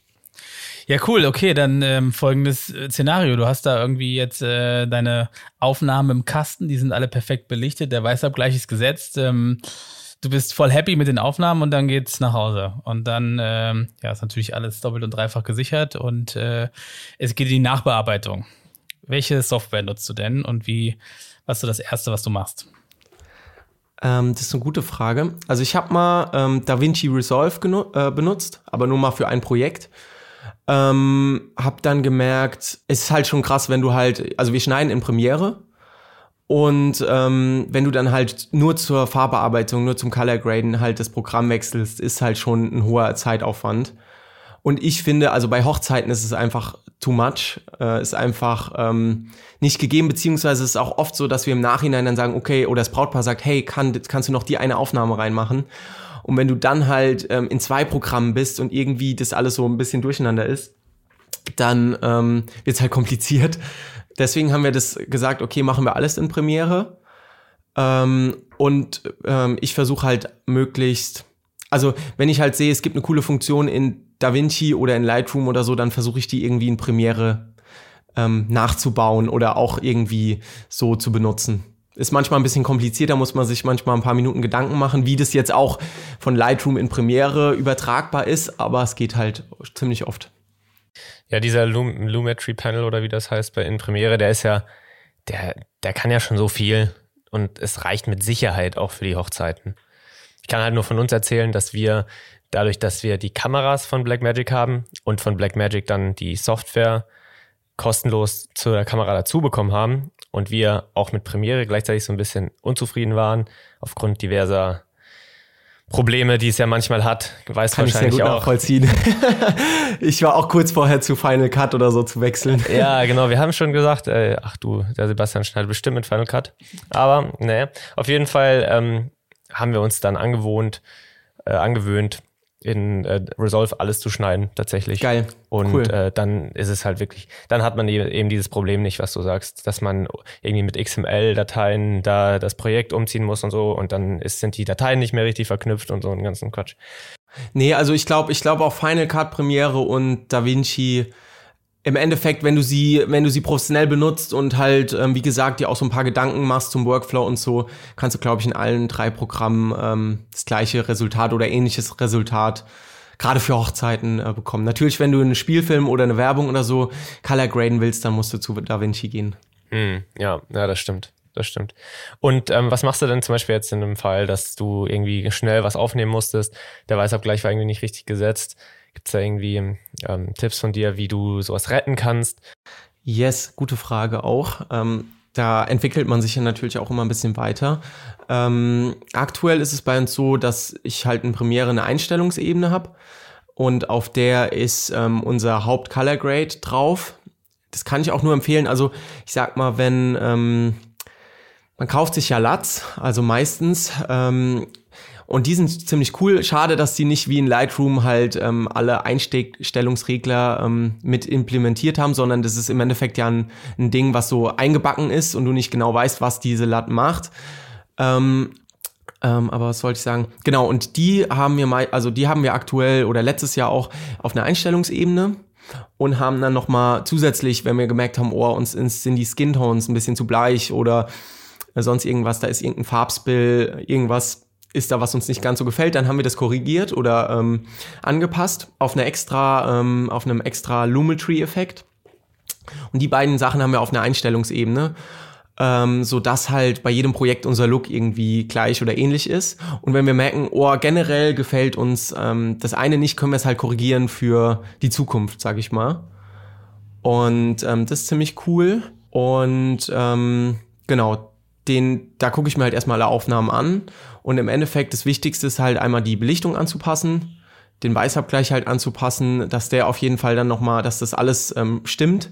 Ja, cool. Okay, dann ähm, folgendes Szenario. Du hast da irgendwie jetzt äh, deine Aufnahmen im Kasten, die sind alle perfekt belichtet, der Weißabgleich ist gesetzt. Ähm, du bist voll happy mit den Aufnahmen und dann geht's nach Hause. Und dann ähm, ja, ist natürlich alles doppelt und dreifach gesichert und äh, es geht in die Nachbearbeitung. Welche Software nutzt du denn und wie, was ist so das Erste, was du machst? Ähm, das ist eine gute Frage. Also ich habe mal ähm, DaVinci Resolve genu- äh, benutzt, aber nur mal für ein Projekt. Ähm, hab dann gemerkt, es ist halt schon krass, wenn du halt, also wir schneiden in Premiere und ähm, wenn du dann halt nur zur Farbbearbeitung, nur zum Color Graden halt das Programm wechselst, ist halt schon ein hoher Zeitaufwand. Und ich finde, also bei Hochzeiten ist es einfach too much, äh, ist einfach ähm, nicht gegeben, beziehungsweise es ist auch oft so, dass wir im Nachhinein dann sagen, okay, oder das Brautpaar sagt, hey, kann, kannst du noch die eine Aufnahme reinmachen? Und wenn du dann halt ähm, in zwei Programmen bist und irgendwie das alles so ein bisschen durcheinander ist, dann ähm, wird es halt kompliziert. Deswegen haben wir das gesagt, okay, machen wir alles in Premiere. Ähm, und ähm, ich versuche halt möglichst, also wenn ich halt sehe, es gibt eine coole Funktion in DaVinci oder in Lightroom oder so, dann versuche ich die irgendwie in Premiere ähm, nachzubauen oder auch irgendwie so zu benutzen. Ist manchmal ein bisschen kompliziert, da muss man sich manchmal ein paar Minuten Gedanken machen, wie das jetzt auch von Lightroom in Premiere übertragbar ist, aber es geht halt ziemlich oft. Ja, dieser Lum- Lumetri Panel oder wie das heißt bei in Premiere, der ist ja, der, der kann ja schon so viel und es reicht mit Sicherheit auch für die Hochzeiten. Ich kann halt nur von uns erzählen, dass wir dadurch, dass wir die Kameras von Blackmagic haben und von Blackmagic dann die Software kostenlos zur Kamera dazu bekommen haben und wir auch mit Premiere gleichzeitig so ein bisschen unzufrieden waren aufgrund diverser Probleme, die es ja manchmal hat, weiß Kann wahrscheinlich ich sehr gut auch. nachvollziehen. Ich war auch kurz vorher zu Final Cut oder so zu wechseln. Ja, genau, wir haben schon gesagt, äh, ach du, der Sebastian schneidet bestimmt mit Final Cut. Aber, ne, auf jeden Fall ähm, haben wir uns dann angewohnt, äh, angewöhnt, in äh, Resolve alles zu schneiden, tatsächlich. Geil, Und cool. äh, dann ist es halt wirklich, dann hat man eben, eben dieses Problem nicht, was du sagst, dass man irgendwie mit X M L-Dateien da das Projekt umziehen muss und so und dann ist, sind die Dateien nicht mehr richtig verknüpft und so einen ganzen Quatsch. Nee, also ich glaube, ich glaube auch Final Cut, Premiere und DaVinci, im Endeffekt, wenn du sie, wenn du sie professionell benutzt und halt, ähm, wie gesagt, dir auch so ein paar Gedanken machst zum Workflow und so, kannst du, glaube ich, in allen drei Programmen ähm, das gleiche Resultat oder ähnliches Resultat gerade für Hochzeiten äh, bekommen. Natürlich, wenn du einen Spielfilm oder eine Werbung oder so Color graden willst, dann musst du zu DaVinci gehen. Hm, ja, ja, das stimmt. Das stimmt. Und ähm, was machst du denn zum Beispiel jetzt in einem Fall, dass du irgendwie schnell was aufnehmen musstest, der Weißabgleich war irgendwie nicht richtig gesetzt? Gibt es da irgendwie ähm, Tipps von dir, wie du sowas retten kannst? Yes, gute Frage auch. Ähm, da entwickelt man sich ja natürlich auch immer ein bisschen weiter. Ähm, aktuell ist es bei uns so, dass ich halt in Premiere eine Einstellungsebene habe und auf der ist ähm, unser Haupt-Color Grade drauf. Das kann ich auch nur empfehlen. Also ich sag mal, wenn ähm, man kauft sich ja L U Ts, also meistens, ähm, und die sind ziemlich cool. Schade, dass die nicht wie in Lightroom halt ähm, alle Einstellungsregler ähm, mit implementiert haben, sondern das ist im Endeffekt ja ein, ein Ding, was so eingebacken ist und du nicht genau weißt, was diese L U T macht. Ähm, ähm, aber was wollte ich sagen? Genau, und die haben wir mal, also die haben wir aktuell oder letztes Jahr auch auf einer Einstellungsebene und haben dann nochmal zusätzlich, wenn wir gemerkt haben, oh, uns sind die Skintones ein bisschen zu bleich oder sonst irgendwas, da ist irgendein Farbspill, irgendwas ist da, was uns nicht ganz so gefällt, dann haben wir das korrigiert oder ähm, angepasst auf eine extra, ähm, auf einem extra Lumetri-Effekt. Und die beiden Sachen haben wir auf einer Einstellungsebene. ähm, sodass halt bei jedem Projekt unser Look irgendwie gleich oder ähnlich ist. Und wenn wir merken, oh, generell gefällt uns ähm, das eine nicht, können wir es halt korrigieren für die Zukunft, sag ich mal. Und ähm, das ist ziemlich cool. Und ähm, genau, den, da gucke ich mir halt erstmal alle Aufnahmen an. Und im Endeffekt das Wichtigste ist halt einmal die Belichtung anzupassen, den Weißabgleich halt anzupassen, dass der auf jeden Fall dann nochmal, dass das alles ähm, stimmt.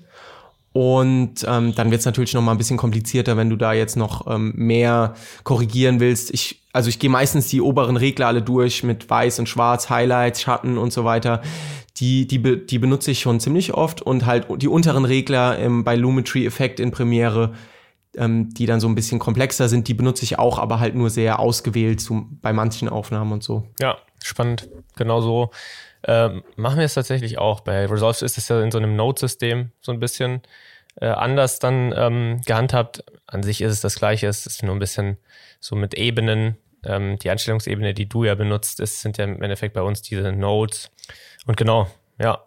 Und ähm, dann wird es natürlich nochmal ein bisschen komplizierter, wenn du da jetzt noch ähm, mehr korrigieren willst. Ich, also ich gehe meistens die oberen Regler alle durch mit Weiß und Schwarz, Highlights, Schatten und so weiter. Die, die, be, die benutze ich schon ziemlich oft. Und halt die unteren Regler ähm, bei Lumetri Effect in Premiere, ähm, die dann so ein bisschen komplexer sind, die benutze ich auch, aber halt nur sehr ausgewählt zu, bei manchen Aufnahmen und so. Ja, spannend. Genau so ähm, machen wir es tatsächlich auch. Bei Resolve ist es ja in so einem Node-System so ein bisschen äh, anders dann ähm, gehandhabt. An sich ist es das Gleiche, es ist nur ein bisschen so mit Ebenen. Ähm, die Einstellungsebene, die du ja benutzt, ist, sind ja im Endeffekt bei uns diese Nodes. Und genau, ja.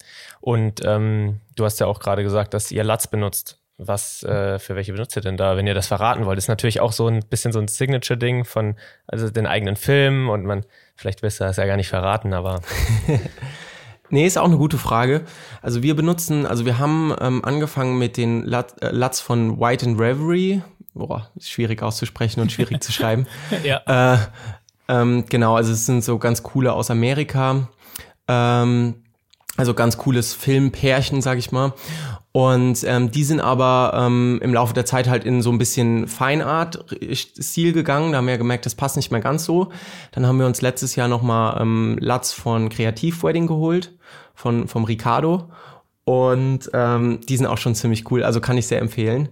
Und ähm, du hast ja auch gerade gesagt, dass ihr L U Ts benutzt. Was, äh, für welche benutzt ihr denn da, wenn ihr das verraten wollt? Ist natürlich auch so ein bisschen so ein Signature-Ding von also den eigenen Filmen und man, vielleicht willst du das ja gar nicht verraten, aber... Nee, ist auch eine gute Frage. Also wir benutzen, also wir haben ähm, angefangen mit den L U Ts von White and Reverie. Boah, ist schwierig auszusprechen und schwierig zu schreiben. Ja. Äh, ähm, genau, also es sind so ganz coole aus Amerika. Ähm, also ganz cooles Filmpärchen, sag ich mal. Und ähm, die sind aber ähm, im Laufe der Zeit halt in so ein bisschen Feinart-Stil gegangen. Da haben wir gemerkt, das passt nicht mehr ganz so. Dann haben wir uns letztes Jahr nochmal ähm, L U Ts von Creative Wedding geholt, von vom Ricardo. Und ähm, die sind auch schon ziemlich cool, also kann ich sehr empfehlen.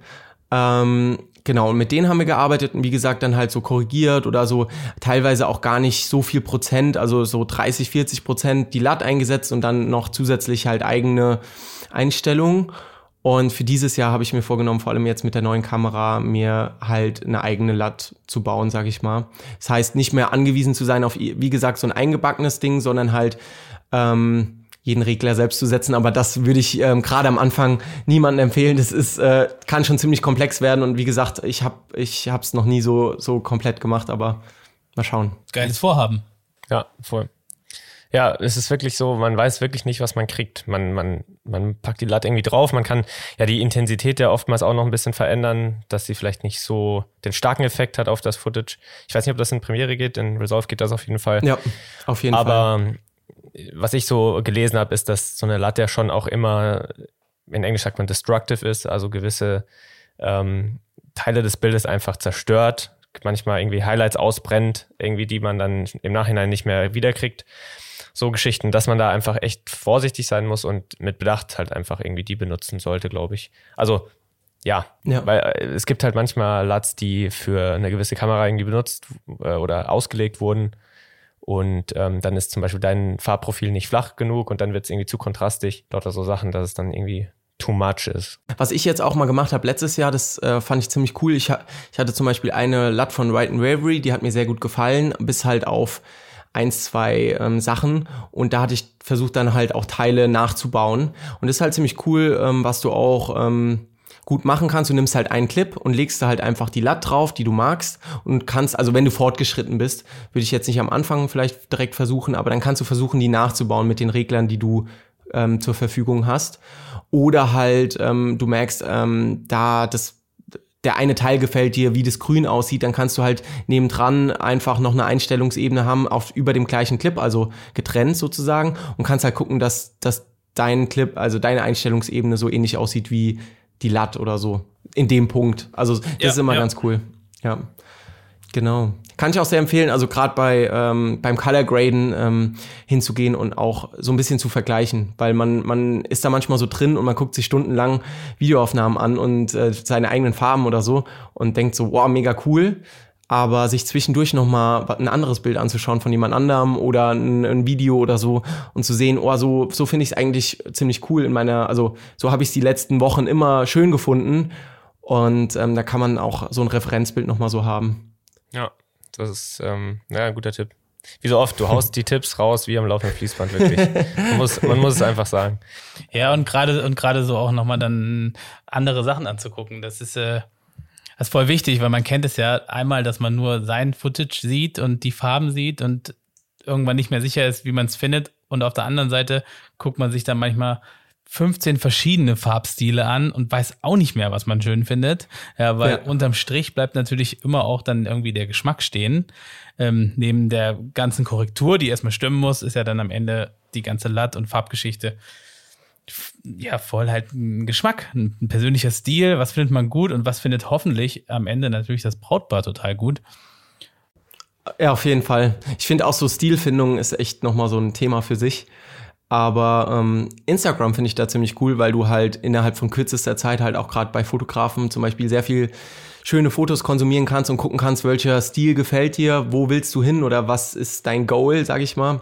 Ähm, genau, und mit denen haben wir gearbeitet und wie gesagt dann halt so korrigiert oder so teilweise auch gar nicht so viel Prozent, also so dreißig, vierzig Prozent die L U T eingesetzt und dann noch zusätzlich halt eigene Einstellungen. Und für dieses Jahr habe ich mir vorgenommen, vor allem jetzt mit der neuen Kamera, mir halt eine eigene L U T zu bauen, sage ich mal. Das heißt, nicht mehr angewiesen zu sein auf, wie gesagt, so ein eingebackenes Ding, sondern halt ähm, jeden Regler selbst zu setzen. Aber das würde ich ähm, gerade am Anfang niemandem empfehlen. Das ist äh, kann schon ziemlich komplex werden. Und wie gesagt, ich habe ich habe es noch nie so so komplett gemacht, aber mal schauen. Geiles Vorhaben. Ja, voll. Ja, es ist wirklich so, man weiß wirklich nicht, was man kriegt. Man, man, man packt die L U T irgendwie drauf. Man kann ja die Intensität ja oftmals auch noch ein bisschen verändern, dass sie vielleicht nicht so den starken Effekt hat auf das Footage. Ich weiß nicht, ob das in Premiere geht, in Resolve geht das auf jeden Fall. Ja, auf jeden Aber, Fall. Aber was ich so gelesen habe, ist, dass so eine L U T ja schon auch immer, in Englisch sagt man destructive ist, also gewisse ähm, Teile des Bildes einfach zerstört, manchmal irgendwie Highlights ausbrennt, irgendwie die man dann im Nachhinein nicht mehr wiederkriegt. So Geschichten, dass man da einfach echt vorsichtig sein muss und mit Bedacht halt einfach irgendwie die benutzen sollte, glaube ich. Also, ja, ja, weil äh, es gibt halt manchmal L U Ts, die für eine gewisse Kamera irgendwie benutzt äh, oder ausgelegt wurden und ähm, dann ist zum Beispiel dein Farbprofil nicht flach genug und dann wird es irgendwie zu kontrastig, lauter so Sachen, dass es dann irgendwie too much ist. Was ich jetzt auch mal gemacht habe letztes Jahr, das äh, fand ich ziemlich cool. Ich, ha- ich hatte zum Beispiel eine L U T von White and Reverie, die hat mir sehr gut gefallen, bis halt auf eins, zwei ähm, Sachen und da hatte ich versucht dann halt auch Teile nachzubauen und das ist halt ziemlich cool, ähm, was du auch ähm, gut machen kannst. Du nimmst halt einen Clip und legst da halt einfach die L U T drauf, die du magst und kannst, also wenn du fortgeschritten bist, würde ich jetzt nicht am Anfang vielleicht direkt versuchen, aber dann kannst du versuchen, die nachzubauen mit den Reglern, die du ähm, zur Verfügung hast oder halt ähm, du merkst, ähm, da das der eine Teil gefällt dir, wie das Grün aussieht, dann kannst du halt nebendran einfach noch eine Einstellungsebene haben auf über dem gleichen Clip, also getrennt sozusagen und kannst halt gucken, dass, dass dein Clip, also deine Einstellungsebene so ähnlich aussieht wie die L U T oder so. In dem Punkt. Also das ja, ist immer ja. ganz cool. Ja, genau. Kann ich auch sehr empfehlen, also gerade bei ähm, beim Color Graden ähm, hinzugehen und auch so ein bisschen zu vergleichen, weil man man ist da manchmal so drin und man guckt sich stundenlang Videoaufnahmen an und äh, seine eigenen Farben oder so und denkt so, wow, mega cool, aber sich zwischendurch nochmal ein anderes Bild anzuschauen von jemand anderem oder ein, ein Video oder so und zu sehen, oh, so so finde ich es eigentlich ziemlich cool in meiner, also so habe ich es die letzten Wochen immer schön gefunden und ähm, da kann man auch so ein Referenzbild nochmal so haben. Ja. Das ist ähm, ja, ein guter Tipp. Wie so oft, du haust die Tipps raus wie am laufenden Fließband, wirklich. Man muss, man muss es einfach sagen. Ja, und gerade und gerade so auch nochmal dann andere Sachen anzugucken. Das ist, äh, Das ist voll wichtig, weil man kennt es ja einmal, dass man nur sein Footage sieht und die Farben sieht und irgendwann nicht mehr sicher ist, wie man es findet. Und auf der anderen Seite guckt man sich dann manchmal fünfzehn verschiedene Farbstile an und weiß auch nicht mehr, was man schön findet. Ja, weil ja. unterm Strich bleibt natürlich immer auch dann irgendwie der Geschmack stehen. Ähm, neben der ganzen Korrektur, die erstmal stimmen muss, ist ja dann am Ende die ganze Latt- und Farbgeschichte ja voll halt ein Geschmack, ein persönlicher Stil. Was findet man gut und was findet hoffentlich am Ende natürlich das Brautpaar total gut. Ja, auf jeden Fall. Ich finde auch so Stilfindung ist echt nochmal so ein Thema für sich. Aber ähm, Instagram finde ich da ziemlich cool, weil du halt innerhalb von kürzester Zeit halt auch gerade bei Fotografen zum Beispiel sehr viel schöne Fotos konsumieren kannst und gucken kannst, welcher Stil gefällt dir, wo willst du hin oder was ist dein Goal, sag ich mal.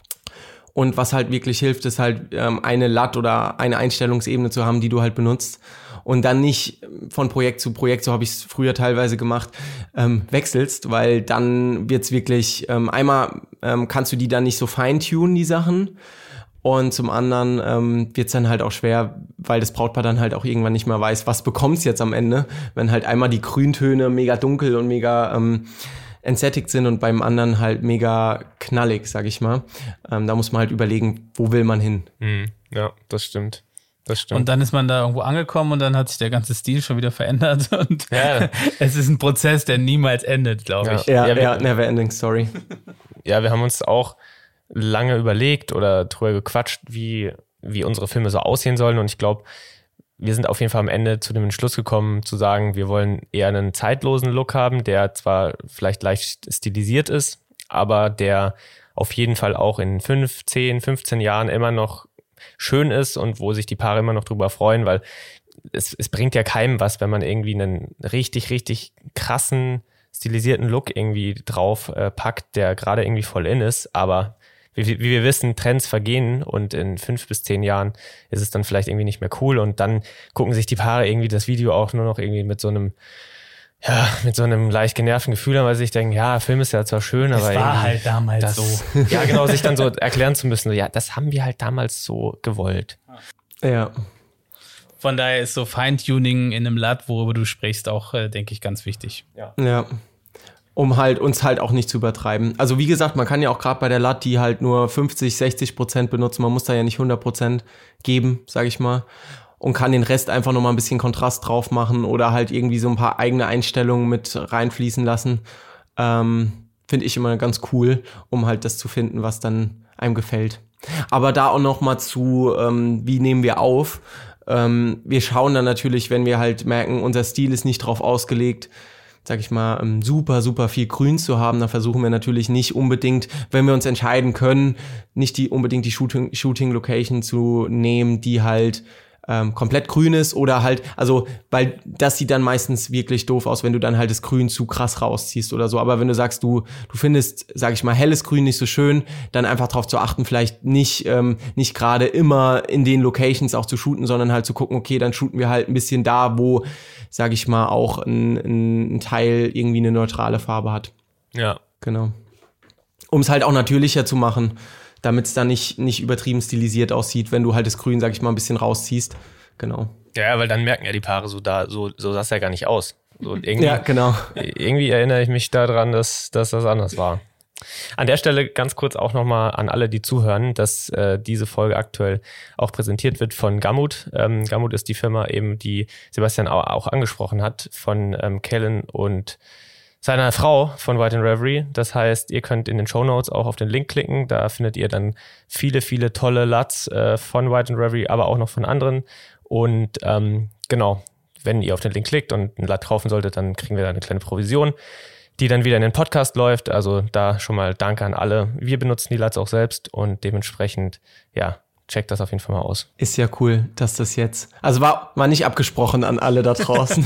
Und was halt wirklich hilft, ist halt ähm, eine Latt oder eine Einstellungsebene zu haben, die du halt benutzt. Und dann nicht von Projekt zu Projekt, so habe ich es früher teilweise gemacht, ähm, wechselst, weil dann wird's wirklich, ähm, einmal ähm, kannst du die dann nicht so feintunen, die Sachen. Und zum anderen ähm, wird es dann halt auch schwer, weil das Brautpaar dann halt auch irgendwann nicht mehr weiß, was bekommt's jetzt am Ende, wenn halt einmal die Grüntöne mega dunkel und mega ähm, entsättigt sind und beim anderen halt mega knallig, sag ich mal. Ähm, da muss man halt überlegen, wo will man hin. Mhm. Ja, das stimmt. Das stimmt. Und dann ist man da irgendwo angekommen und dann hat sich der ganze Stil schon wieder verändert und ja. es ist ein Prozess, der niemals endet, glaube ja. ich. Ja, ja, ja, never ending story. Ja, wir haben uns auch lange überlegt oder drüber gequatscht, wie, wie unsere Filme so aussehen sollen. Und ich glaube, wir sind auf jeden Fall am Ende zu dem Entschluss gekommen, zu sagen, wir wollen eher einen zeitlosen Look haben, der zwar vielleicht leicht stilisiert ist, aber der auf jeden Fall auch in fünf, zehn, fünfzehn Jahren immer noch schön ist und wo sich die Paare immer noch drüber freuen, weil es, es bringt ja keinem was, wenn man irgendwie einen richtig, richtig krassen, stilisierten Look irgendwie drauf äh, packt, der gerade irgendwie voll in ist, aber Wie, wie wir wissen, Trends vergehen und in fünf bis zehn Jahren ist es dann vielleicht irgendwie nicht mehr cool und dann gucken sich die Paare irgendwie das Video auch nur noch irgendwie mit so einem, ja, mit so einem leicht genervten Gefühl an, weil sie sich denken, ja, Film ist ja zwar schön, aber es war halt damals das, so. Ja, genau, sich dann so erklären zu müssen, ja, das haben wir halt damals so gewollt. Ja. Von daher ist so Feintuning in einem Latt, worüber du sprichst, auch, äh, denke ich, ganz wichtig. Ja. Ja. Um halt uns halt auch nicht zu übertreiben. Also wie gesagt, man kann ja auch gerade bei der Latt, die halt nur fünfzig, sechzig Prozent benutzen, man muss da ja nicht hundert Prozent geben, sag ich mal, und kann den Rest einfach nochmal ein bisschen Kontrast drauf machen oder halt irgendwie so ein paar eigene Einstellungen mit reinfließen lassen. Ähm, finde ich immer ganz cool, um halt das zu finden, was dann einem gefällt. Aber da auch nochmal zu, ähm, wie nehmen wir auf? Ähm, wir schauen dann natürlich, wenn wir halt merken, unser Stil ist nicht drauf ausgelegt, sag ich mal, super, super viel Grün zu haben, dann versuchen wir natürlich nicht unbedingt, wenn wir uns entscheiden können, nicht die unbedingt die Shooting, Shooting Location zu nehmen, die halt ähm, komplett grün ist oder halt, also, weil das sieht dann meistens wirklich doof aus, wenn du dann halt das Grün zu krass rausziehst oder so, aber wenn du sagst, du du findest, sag ich mal, helles Grün nicht so schön, dann einfach darauf zu achten, vielleicht nicht ähm, nicht gerade immer in den Locations auch zu shooten, sondern halt zu gucken, okay, dann shooten wir halt ein bisschen da, wo, sag ich mal, auch ein, ein Teil irgendwie eine neutrale Farbe hat. Ja. Genau. Um es halt auch natürlicher zu machen, damit es dann nicht, nicht übertrieben stilisiert aussieht, wenn du halt das Grün, sag ich mal, ein bisschen rausziehst. Genau. Ja, weil dann merken ja die Paare so, da, so, so sah es ja gar nicht aus. So irgendwie, ja, genau. Irgendwie erinnere ich mich daran, dass, dass das anders war. An der Stelle ganz kurz auch nochmal an alle, die zuhören, dass äh, diese Folge aktuell auch präsentiert wird von Gamut. Ähm, Gamut ist die Firma eben, die Sebastian auch, auch angesprochen hat, von ähm, Kellen und seiner Frau von White and Reverie. Das heißt, ihr könnt in den Shownotes auch auf den Link klicken. Da findet ihr dann viele, viele tolle Lats äh, von White and Reverie, aber auch noch von anderen. Und ähm, genau, wenn ihr auf den Link klickt und einen Lat kaufen solltet, dann kriegen wir da eine kleine Provision, die dann wieder in den Podcast läuft. Also da schon mal Danke an alle. Wir benutzen die Lats auch selbst und dementsprechend, ja, checkt das auf jeden Fall mal aus. Ist ja cool, dass das jetzt, also war, war nicht abgesprochen an alle da draußen.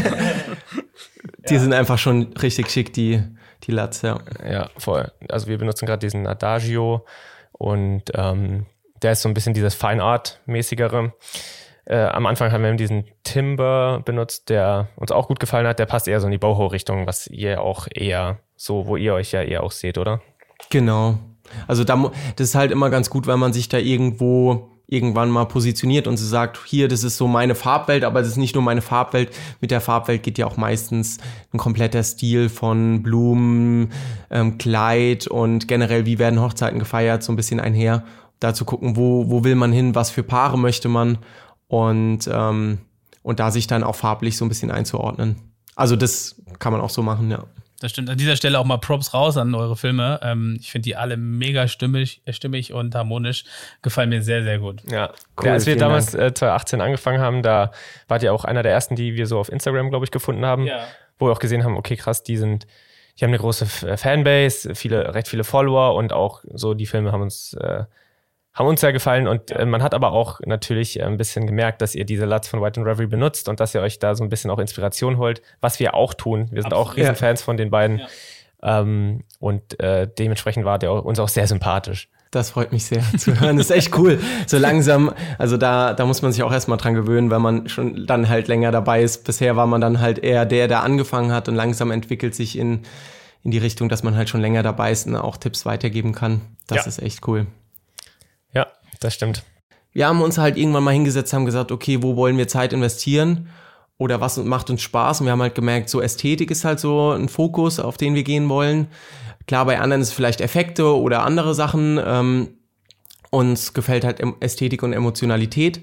Die ja. sind einfach schon richtig schick, die, die Lats, ja. Ja, voll. Also wir benutzen gerade diesen Adagio und ähm, der ist so ein bisschen dieses Fine Art-mäßigere. Äh, am Anfang haben wir diesen Timber benutzt, der uns auch gut gefallen hat. Der passt eher so in die Boho-Richtung, was ihr auch eher so, wo ihr euch ja eher auch seht, oder? Genau. Also da, das ist halt immer ganz gut, weil man sich da irgendwo irgendwann mal positioniert und sie sagt, hier, das ist so meine Farbwelt, aber es ist nicht nur meine Farbwelt. Mit der Farbwelt geht ja auch meistens ein kompletter Stil von Blumen, ähm, Kleid und generell, wie werden Hochzeiten gefeiert, so ein bisschen einher. Da zu gucken, wo, wo will man hin, was für Paare möchte man und, ähm, und da sich dann auch farblich so ein bisschen einzuordnen. Also das kann man auch so machen, ja. Das stimmt. An dieser Stelle auch mal Props raus an eure Filme. Ähm, ich finde die alle mega stimmig, stimmig und harmonisch. Gefallen mir sehr, sehr gut. Ja, cool. Ja, als wir damals äh, zwanzig achtzehn angefangen haben, da wart ihr auch einer der ersten, die wir so auf Instagram, glaube ich, gefunden haben. Ja. Wo wir auch gesehen haben, okay, krass, die sind, die haben eine große Fanbase, viele, recht viele Follower und auch so die Filme haben uns äh, haben uns sehr gefallen und äh, man hat aber auch natürlich ein bisschen gemerkt, dass ihr diese L U Ts von White and Reverie benutzt und dass ihr euch da so ein bisschen auch Inspiration holt, was wir auch tun. Wir sind Absolut. auch Riesenfans ja. von den beiden ja. ähm, und äh, dementsprechend war der uns auch sehr sympathisch. Das freut mich sehr zu hören. Das ist echt cool. So langsam, also da, da muss man sich auch erstmal dran gewöhnen, weil man schon dann halt länger dabei ist. Bisher war man dann halt eher der, der angefangen hat und langsam entwickelt sich in, in die Richtung, dass man halt schon länger dabei ist und auch Tipps weitergeben kann. Das ja. ist echt cool. Ja, das stimmt. Wir haben uns halt irgendwann mal hingesetzt, haben gesagt, okay, wo wollen wir Zeit investieren oder was macht uns Spaß? Und wir haben halt gemerkt, so Ästhetik ist halt so ein Fokus, auf den wir gehen wollen. Klar, bei anderen ist es vielleicht Effekte oder andere Sachen. Ähm, uns gefällt halt Ästhetik und Emotionalität.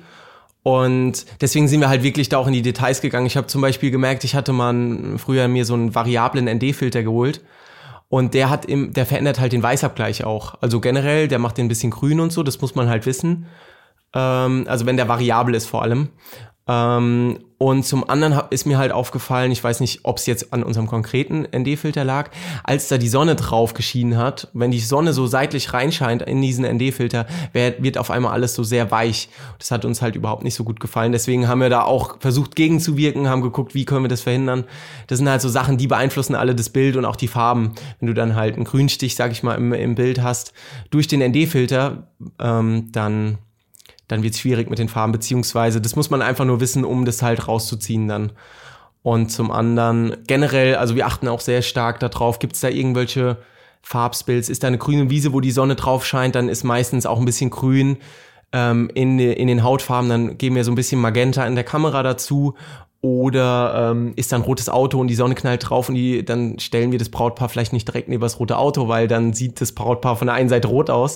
Und deswegen sind wir halt wirklich da auch in die Details gegangen. Ich habe zum Beispiel gemerkt, ich hatte mal früher mir so einen variablen N D-Filter geholt. Und der hat im, der verändert halt den Weißabgleich auch. Also generell, der macht den ein bisschen grün und so, das muss man halt wissen. Ähm, also wenn der variabel ist vor allem. Ähm, und zum anderen hab, ist mir halt aufgefallen, ich weiß nicht, ob es jetzt an unserem konkreten N D-Filter lag, als da die Sonne drauf geschienen hat, wenn die Sonne so seitlich reinscheint in diesen N D-Filter, wird, wird auf einmal alles so sehr weich. Das hat uns halt überhaupt nicht so gut gefallen. Deswegen haben wir da auch versucht gegenzuwirken, haben geguckt, wie können wir das verhindern. Das sind halt so Sachen, die beeinflussen alle das Bild und auch die Farben. Wenn du dann halt einen Grünstich, sag ich mal, im, im Bild hast, durch den N D-Filter, ähm, dann... dann wird es schwierig mit den Farben, beziehungsweise das muss man einfach nur wissen, um das halt rauszuziehen dann. Und zum anderen generell, also wir achten auch sehr stark darauf, gibt es da irgendwelche Farbspills, ist da eine grüne Wiese, wo die Sonne drauf scheint, dann ist meistens auch ein bisschen grün ähm, in, in den Hautfarben, dann geben wir so ein bisschen Magenta in der Kamera dazu. Oder ähm, ist da ein rotes Auto und die Sonne knallt drauf und die, dann stellen wir das Brautpaar vielleicht nicht direkt neben das rote Auto, weil dann sieht das Brautpaar von der einen Seite rot aus.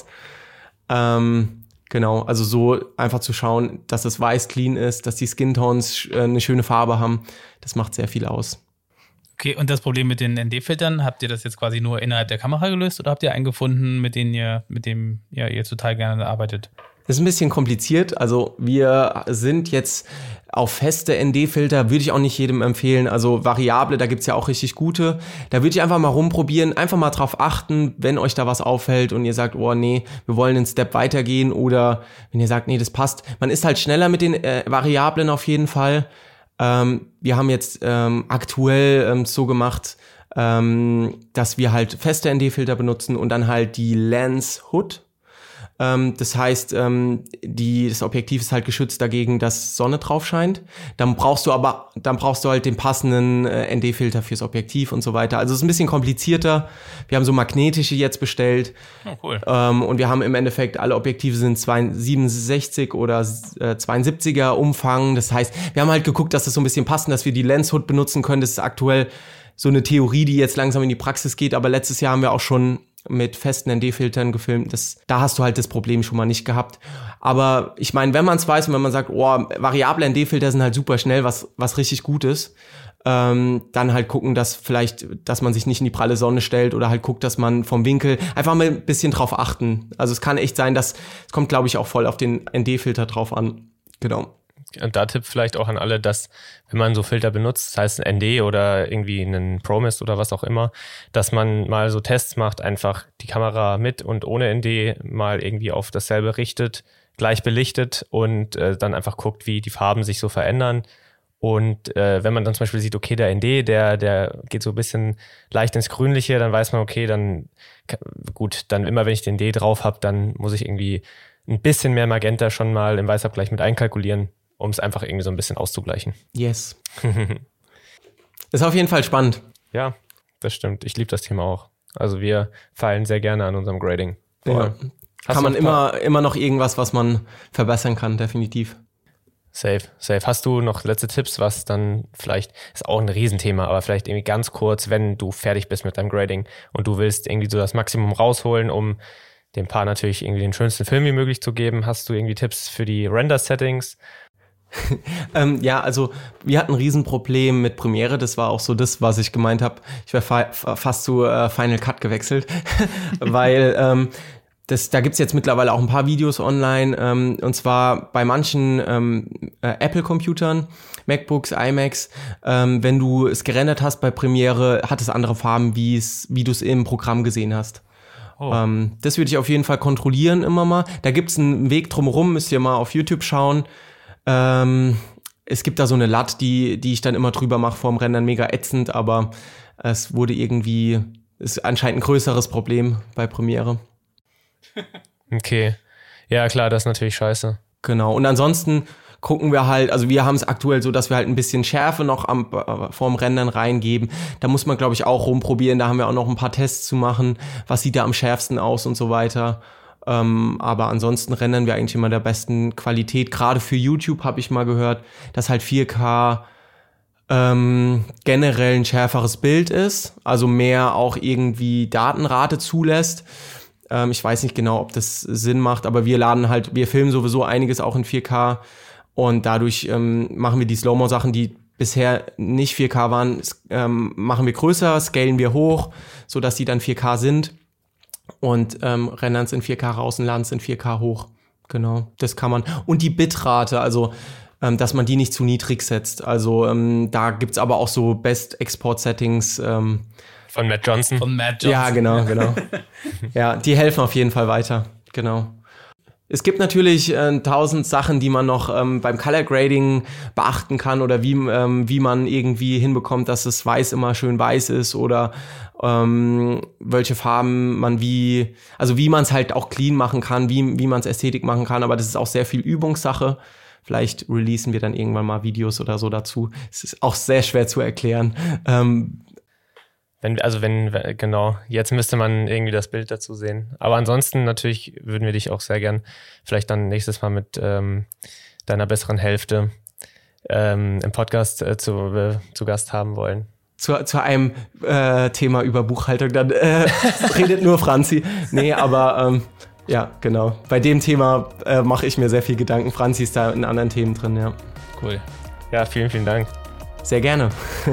Ähm, Genau, also so einfach zu schauen, dass das Weiß clean ist, dass die Skintones äh, eine schöne Farbe haben, das macht sehr viel aus. Okay, und das Problem mit den N D-Filtern, habt ihr das jetzt quasi nur innerhalb der Kamera gelöst oder habt ihr einen gefunden, mit dem ihr, mit dem ja, ihr total gerne arbeitet? Das ist ein bisschen kompliziert, also wir sind jetzt auf feste N D-Filter, würde ich auch nicht jedem empfehlen, also Variable, da gibt's ja auch richtig gute, da würde ich einfach mal rumprobieren, einfach mal drauf achten, wenn euch da was auffällt und ihr sagt, oh nee, wir wollen einen Step weitergehen oder wenn ihr sagt, nee, das passt, man ist halt schneller mit den äh, Variablen auf jeden Fall. Ähm, wir haben jetzt ähm, aktuell ähm, so gemacht, ähm, dass wir halt feste N D-Filter benutzen und dann halt die Lens Hood. Ähm, das heißt, ähm, die, das Objektiv ist halt geschützt dagegen, dass Sonne drauf scheint. Dann brauchst du aber, dann brauchst du halt den passenden äh, N D-Filter fürs Objektiv und so weiter. Also es ist ein bisschen komplizierter. Wir haben so magnetische jetzt bestellt. Oh, cool. Ähm, und wir haben im Endeffekt, alle Objektive sind siebenundsechzig oder äh, zweiundsiebziger Umfang. Das heißt, wir haben halt geguckt, dass das so ein bisschen passt, dass wir die Lens Hood benutzen können. Das ist aktuell so eine Theorie, die jetzt langsam in die Praxis geht. Aber letztes Jahr haben wir auch schon mit festen N D-Filtern gefilmt. Das, da hast du halt das Problem schon mal nicht gehabt. Aber ich meine, wenn man es weiß und wenn man sagt, oh, variable N D-Filter sind halt super schnell, was was richtig gut ist, ähm, dann halt gucken, dass vielleicht, dass man sich nicht in die pralle Sonne stellt oder halt guckt, dass man vom Winkel einfach mal ein bisschen drauf achten. Also es kann echt sein, dass, es kommt, glaube ich, auch voll auf den N D-Filter drauf an. Genau. Und da Tipp vielleicht auch an alle, dass wenn man so Filter benutzt, das heißt ein N D oder irgendwie einen ProMist oder was auch immer, dass man mal so Tests macht, einfach die Kamera mit und ohne N D mal irgendwie auf dasselbe richtet, gleich belichtet und äh, dann einfach guckt, wie die Farben sich so verändern. Und äh, wenn man dann zum Beispiel sieht, okay, der N D, der, der geht so ein bisschen leicht ins Grünliche, dann weiß man, okay, dann gut, dann immer wenn ich den D drauf habe, dann muss ich irgendwie ein bisschen mehr Magenta schon mal im Weißabgleich mit einkalkulieren, um es einfach irgendwie so ein bisschen auszugleichen. Yes. Ist auf jeden Fall spannend. Ja, das stimmt. Ich liebe das Thema auch. Also wir feilen sehr gerne an unserem Grading. Ja. Hast kann man immer, immer noch irgendwas, was man verbessern kann, definitiv. Safe, safe. Hast du noch letzte Tipps, was dann vielleicht, ist auch ein Riesenthema, aber vielleicht irgendwie ganz kurz, wenn du fertig bist mit deinem Grading und du willst irgendwie so das Maximum rausholen, um dem Paar natürlich irgendwie den schönsten Film wie möglich zu geben, hast du irgendwie Tipps für die Render-Settings? ähm, ja, also wir hatten ein Riesenproblem mit Premiere, das war auch so das, was ich gemeint habe. Ich wäre fa- fast zu äh, Final Cut gewechselt, weil ähm, Das, da gibt's jetzt mittlerweile auch ein paar Videos online, ähm, und zwar bei manchen ähm, äh, Apple-Computern, MacBooks, iMacs, ähm, wenn du es gerendert hast bei Premiere, hat es andere Farben, wie es, wie du es im Programm gesehen hast. Oh. Ähm, das würde ich auf jeden Fall kontrollieren immer mal. Da gibt's einen Weg drumherum, müsst ihr mal auf YouTube schauen. Ähm, es gibt da so eine L U T, die, die ich dann immer drüber mache vorm Rendern, mega ätzend, aber es wurde irgendwie, ist anscheinend ein größeres Problem bei Premiere. Okay. Ja, klar, das ist natürlich scheiße. Genau. Und ansonsten gucken wir halt, also wir haben es aktuell so, dass wir halt ein bisschen Schärfe noch am, äh, vorm Rendern reingeben. Da muss man, glaube ich, auch rumprobieren. Da haben wir auch noch ein paar Tests zu machen. Was sieht da am schärfsten aus und so weiter. Ähm, aber ansonsten rendern wir eigentlich immer der besten Qualität. Gerade für YouTube habe ich mal gehört, dass halt vier K ähm, generell ein schärferes Bild ist. Also mehr auch irgendwie Datenrate zulässt. Ich weiß nicht genau, ob das Sinn macht, aber wir laden halt, wir filmen sowieso einiges auch in vier K und dadurch ähm, machen wir die Slow-Mo-Sachen, die bisher nicht vier K waren, ähm, machen wir größer, scalen wir hoch, sodass die dann vier K sind und ähm, rendern es in vier K raus und laden es in vier K hoch. Genau, das kann man. Und die Bitrate, also ähm, dass man die nicht zu niedrig setzt. Also ähm, da gibt's aber auch so Best-Export-Settings, ähm, Von Matt Johnson. Von Matt Johnson. Ja, genau, genau. Ja, die helfen auf jeden Fall weiter. Genau. Es gibt natürlich äh, tausend Sachen, die man noch ähm, beim Color Grading beachten kann oder wie, ähm, wie man irgendwie hinbekommt, dass das Weiß immer schön weiß ist oder ähm, welche Farben man wie, also wie man es halt auch clean machen kann, wie, wie man es Ästhetik machen kann, aber das ist auch sehr viel Übungssache. Vielleicht releasen wir dann irgendwann mal Videos oder so dazu. Es ist auch sehr schwer zu erklären. Ähm, Wenn, also wenn, genau, jetzt müsste man irgendwie das Bild dazu sehen. Aber ansonsten natürlich würden wir dich auch sehr gern vielleicht dann nächstes Mal mit ähm, deiner besseren Hälfte ähm, im Podcast äh, zu, äh, zu Gast haben wollen. Zu, zu einem äh, Thema über Buchhaltung, dann äh, redet nur Franzi. Nee, aber ähm, ja, genau. Bei dem Thema äh, mache ich mir sehr viel Gedanken. Franzi ist da in anderen Themen drin, ja. Cool. Ja, vielen, vielen Dank. Sehr gerne.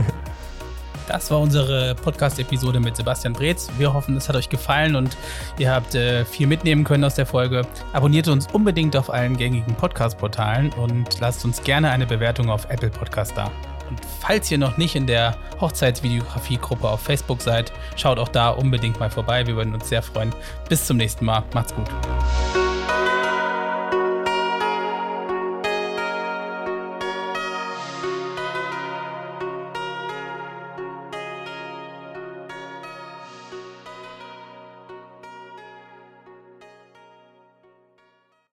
Das war unsere Podcast-Episode mit Sebastian Breetz. Wir hoffen, es hat euch gefallen und ihr habt äh, viel mitnehmen können aus der Folge. Abonniert uns unbedingt auf allen gängigen Podcast-Portalen und lasst uns gerne eine Bewertung auf Apple Podcast da. Und falls ihr noch nicht in der Hochzeitsvideografie-Gruppe auf Facebook seid, schaut auch da unbedingt mal vorbei. Wir würden uns sehr freuen. Bis zum nächsten Mal. Macht's gut.